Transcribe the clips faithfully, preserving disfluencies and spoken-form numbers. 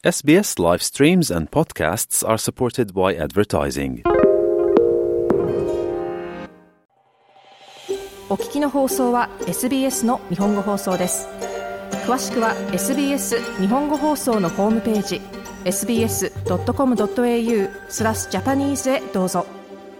エスビーエス live streams and podcasts are supported by advertising. お聞きの放送は エスビーエス の日本語放送です。詳しくは エスビーエス 日本語放送のホームページ エスビーエスドットコムドットエーユー スラスジャパニーズへどうぞ。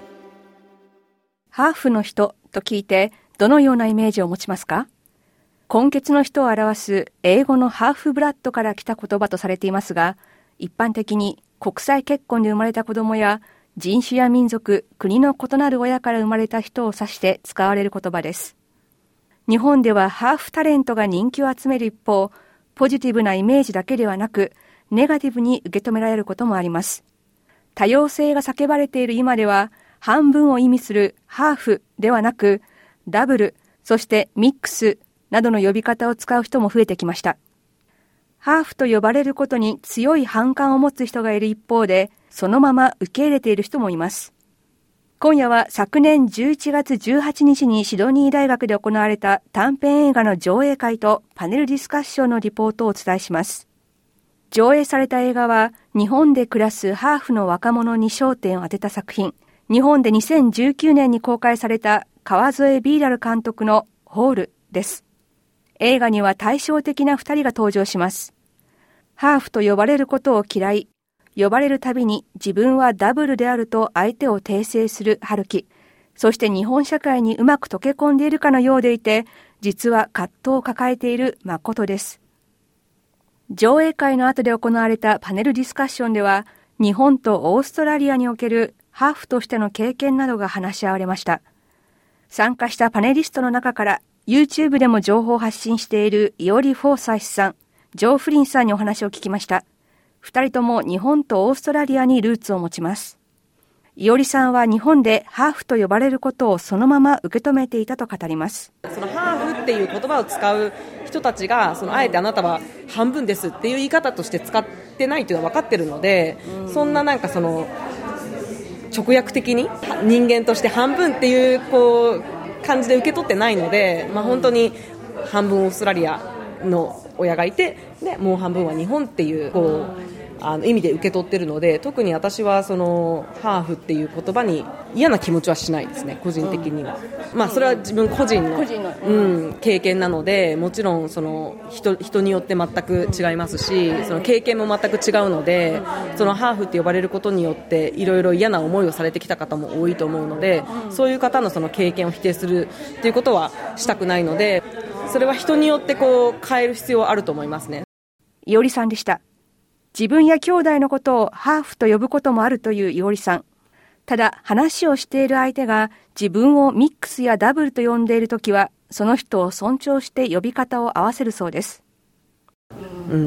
ハーフの人と聞いてどのようなイメージを持ちますか？混血の人を表す英語のハーフブラッドから来た言葉とされていますが、一般的に国際結婚で生まれた子供や人種や民族、国の異なる親から生まれた人を指して使われる言葉です。日本ではハーフタレントが人気を集める一方、ポジティブなイメージだけではなく、ネガティブに受け止められることもあります。多様性が叫ばれている今では、半分を意味するハーフではなく、ダブル、そしてミックスなどの呼び方を使う人も増えてきました。ハーフと呼ばれることに強い反感を持つ人がいる一方で、そのまま受け入れている人もいます。今夜は昨年じゅういちがつじゅうはちにちにシドニー大学で行われた短編映画の上映会とパネルディスカッションのリポートをお伝えします。上映された映画は日本で暮らすハーフの若者に焦点を当てた作品。日本でにせんじゅうきゅうねんに公開された川添ビーラル監督のホールです。映画には対照的な二人が登場します。ハーフと呼ばれることを嫌い、呼ばれるたびに自分はダブルであると相手を訂正する春樹。そして日本社会にうまく溶け込んでいるかのようでいて、実は葛藤を抱えている誠です。上映会の後で行われたパネルディスカッションでは、日本とオーストラリアにおけるハーフとしての経験などが話し合われました。参加したパネリストの中から、YouTube でも情報を発信しているイオリ・フォーサイスさん、ジョー・フリンさんにお話を聞きました。二人とも日本とオーストラリアにルーツを持ちます。イオリさんは日本でハーフと呼ばれることをそのまま受け止めていたと語ります。 そのハーフっていう言葉を使う人たちがそのあえてあなたは半分ですっていう言い方として使ってないというのは分かってるので、そんななんかその直訳的に人間として半分っていうこう感じで受け取ってないので、まあ、本当に半分オーストラリアの親がいて、でもう半分は日本っていう、こうあの意味で受け取ってるので、特に私はそのハーフっていう言葉に嫌な気持ちはしないですね、個人的には。まあ、それは自分個人の、うん、経験なので、もちろんその 人, 人によって全く違いますし、その経験も全く違うので、そのハーフって呼ばれることによっていろいろ嫌な思いをされてきた方も多いと思うので、そういう方のその経験を否定するっていうことはしたくないので、それは人によってこう変える必要はあると思いますね。 いおりさんでした。自分や兄弟のことをハーフと呼ぶこともあるといういおりさん。ただ話をしている相手が自分をミックスやダブルと呼んでいるときは、その人を尊重して呼び方を合わせるそうです。 うん、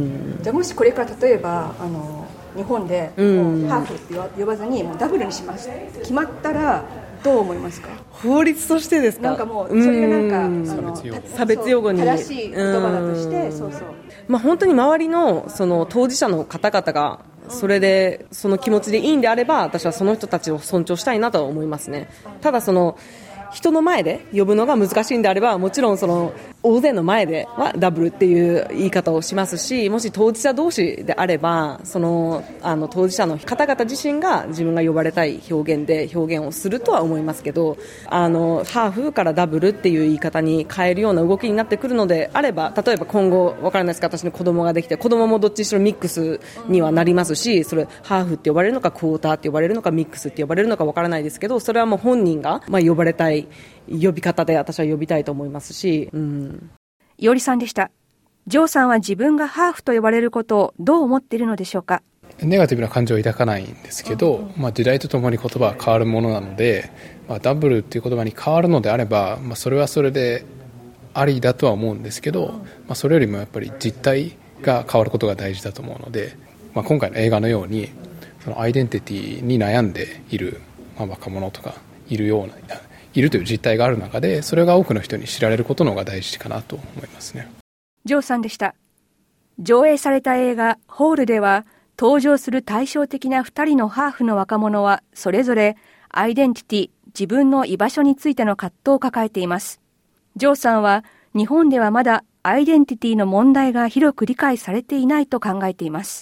じゃあもしこれから例えばあの日本でもうハーフって呼ばずにもうダブルにしますって決まったらどう思いますか？ 法律としてですか？ なんかもうそれがなんかあの差別用語に正しい言葉だとして、そうそう、 まあ、本当に周りのその当事者の方々がそれでその気持ちでいいんであれば、私はその人たちを尊重したいなと思いますね。ただその人の前で呼ぶのが難しいんであれば、もちろんその大勢の前ではダブルっていう言い方をしますし、もし当事者同士であれば、そのあの当事者の方々自身が自分が呼ばれたい表現で表現をするとは思いますけど、あのハーフからダブルっていう言い方に変えるような動きになってくるのであれば、例えば今後わからないですか、私の子供ができて、子供もどっちにしろミックスにはなりますし、それハーフって呼ばれるのかクォーターって呼ばれるのかミックスって呼ばれるのかわからないですけど、それはもう本人がまあ呼ばれたい呼び方で私は呼びたいと思いますし、うん、 いおりさんでした。ジョーさんは自分がハーフと呼ばれることをどう思っているのでしょうか？ ネガティブな感情を抱かないんですけど、まあ、時代とともに言葉は変わるものなので、まあ、ダブルっていう言葉に変わるのであれば、まあ、それはそれでありだとは思うんですけど、まあ、それよりもやっぱり実態が変わることが大事だと思うので、まあ、今回の映画のようにそのアイデンティティに悩んでいる、まあ、若者とかいるようないるという実態がある中で、それが多くの人に知られることの方が大事かなと思いますね。 ジョーさんでした。上映された映画ホールでは、登場する対照的なふたりのハーフの若者はそれぞれアイデンティティ、自分の居場所についての葛藤を抱えています。ジョーさんは日本ではまだアイデンティティの問題が広く理解されていないと考えています。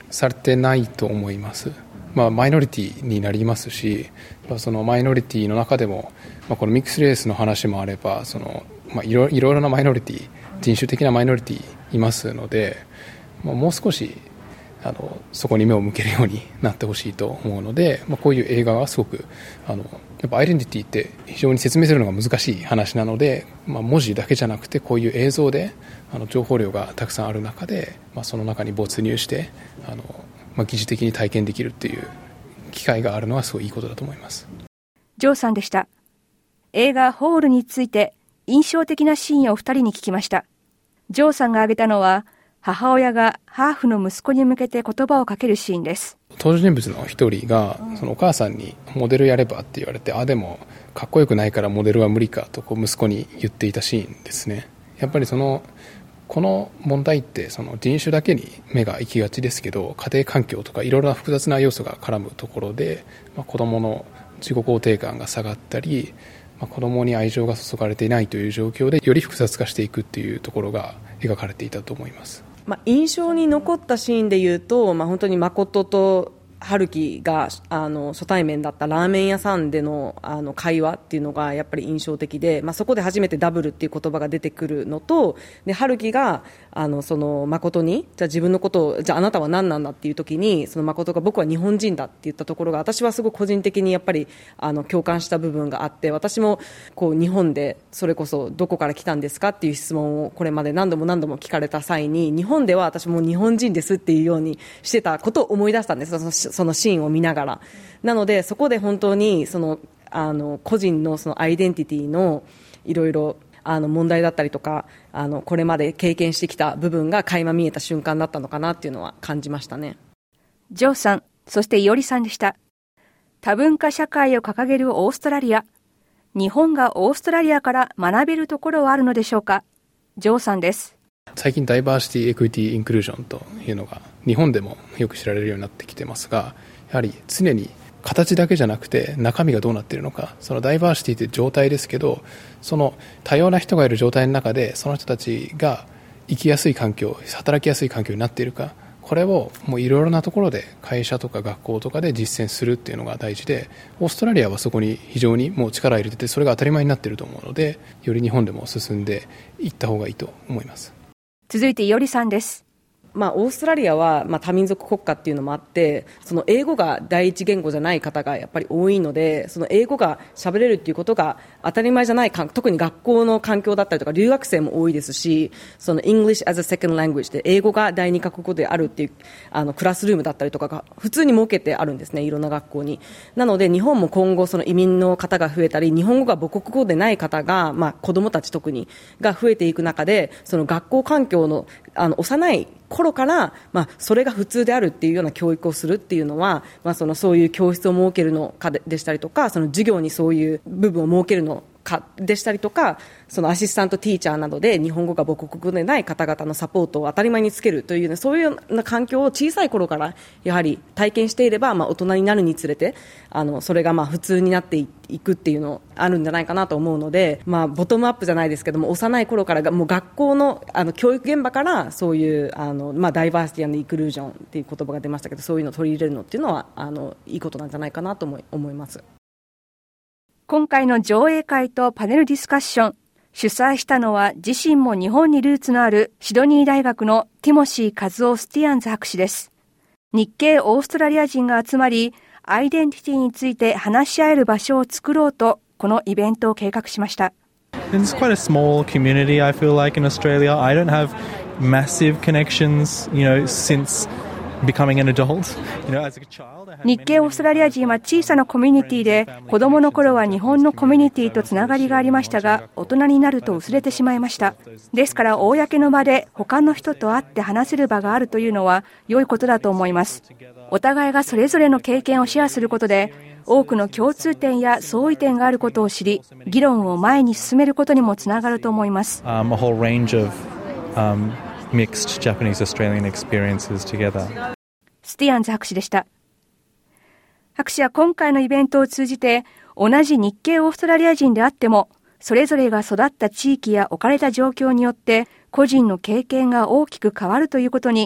されてないと思います。まあ、マイノリティになりますし、そのマイノリティの中でも、まあ、このミックスレースの話もあれば、その、まあ、いろいろなマイノリティ、人種的なマイノリティいますので、まあ、もう少しあのそこに目を向けるようになってほしいと思うので、まあ、こういう映画はすごくあのやっぱアイデンティティって非常に説明するのが難しい話なので、まあ、文字だけじゃなくてこういう映像であの情報量がたくさんある中で、まあ、その中に没入してあの、まあ、疑似的に体験できるっていう機会があるのはすごいいいことだと思います。 ジョーさんでした。映画ホールについて印象的なシーンを二人に聞きました。ジョーさんが挙げたのは母親がハーフの息子に向けて言葉をかけるシーンです。 登場人物の一人がそのお母さんにモデルやればって言われて、あでもかっこよくないからモデルは無理かとこう息子に言っていたシーンですね。やっぱりそのこの問題ってその人種だけに目が行きがちですけど、家庭環境とかいろいろな複雑な要素が絡むところで、まあ、子どもの自己肯定感が下がったり、まあ、子どもに愛情が注がれていないという状況でより複雑化していくっていうところが描かれていたと思います。 まあ、印象に残ったシーンでいうと、まあ、本当に誠と春樹があの初対面だったラーメン屋さんで の, あの会話っていうのがやっぱり印象的で、まあ、そこで初めてダブルっていう言葉が出てくるのと、で春樹があのその誠にじゃあ自分のことをじゃああなたは何なんだっていう時に、その誠が僕は日本人だって言ったところが私はすごく個人的にやっぱりあの共感した部分があって、私もこう日本でそれこそどこから来たんですかっていう質問をこれまで何度も何度も聞かれた際に、日本では私も日本人ですっていうようにしてたことを思い出したんです。そのそのシーンを見ながら。なのでそこで本当にそのあの個人のそのアイデンティティのいろいろあの問題だったりとか、あのこれまで経験してきた部分が垣間見えた瞬間だったのかなっていうのは感じましたね。 ジョーさん、そしていおりさんでした。多文化社会を掲げるオーストラリア。日本がオーストラリアから学べるところはあるのでしょうか。ジョーさんです。 最近ダイバーシティ、エクイティ、インクルージョンというのが日本でもよく知られるようになってきてますが、やはり常に形だけじゃなくて中身がどうなっているのか、そのダイバーシティという状態ですけど、その多様な人がいる状態の中でその人たちが生きやすい環境、働きやすい環境になっているか、これをもういろいろなところで会社とか学校とかで実践するっていうのが大事で、オーストラリアはそこに非常にもう力を入れてて、それが当たり前になっていると思うので、より日本でも進んでいった方がいいと思います。 続いていおりさんです。 まあ、オーストラリアは、まあ、多民族国家っていうのもあって、その英語が第一言語じゃない方がやっぱり多いので、その英語が喋れるっていうことが当たり前じゃない、特に学校の環境だったりとか留学生も多いですし、その English as a second language で英語が第二カ国語であるっていうあのクラスルームだったりとかが普通に設けてあるんですね、いろんな学校に。なので日本も今後その移民の方が増えたり、日本語が母国語でない方が、まあ、子どもたち特にが増えていく中で、その学校環境の、あの幼い頃から、まあ、それが普通であるっていうような教育をするっていうのは、まあ、そのそういう教室を設けるのかでしたりとか、その授業にそういう部分を設けるのかでしたりとか、そのアシスタントティーチャーなどで日本語が母国語でない方々のサポートを当たり前につけるという、ね、そういうような環境を小さい頃からやはり体験していれば、まあ、大人になるにつれてあのそれがまあ普通になっていくっていうのあるんじゃないかなと思うので、まあ、ボトムアップじゃないですけども、幼い頃からがもう学校 の, あの教育現場からそういうあの、まあ、ダイバーシティ&インクルージョンっていう言葉が出ましたけど、そういうのを取り入れるのっていうのはあのいいことなんじゃないかなと思い、思います。 今回の上映会とパネルディスカッション、主催したのは自身も日本にルーツのあるシドニー大学のティモシー・カズオ・スティアンズ博士です。日系オーストラリア人が集まり、アイデンティティについて話し合える場所を作ろうと、このイベントを計画しました。 It's quite a small community, I feel like, in Australia. I don't have massive connections, you know, since becoming an adult. You know, as a child. 日系オーストラリア人は小さなコミュニティで、子供の頃は日本のコミュニティとつながりがありましたが、大人になると薄れてしまいました。ですから公の場で他の人と会って話せる場があるというのは良いことだと思います。お互いがそれぞれの経験をシェアすることで、多くの共通点や相違点があることを知り、議論を前に進めることにもつながると思います。 Um, a whole range of, um, mixed Japanese Australian experiences together. スティアンズ博士でした。博士は今回のイベントを通じて、同じ日系オーストラリア人であっても、それぞれが育った地域や置かれた状況によって個人の経験が大きく変わるということに、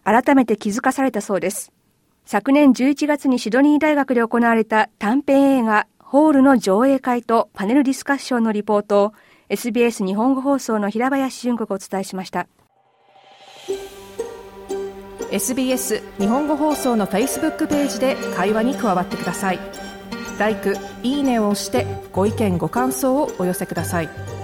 改めて気づかされたそうです。昨年じゅういちがつにシドニー大学で行われた短編映画ホールの上映会とパネルディスカッションのリポートを エスビーエス 日本語放送の平林純子がお伝えしました。エスビーエス 日本語放送の Facebook ページで会話に加わってください。ライク、いいねを押してご意見ご感想をお寄せください。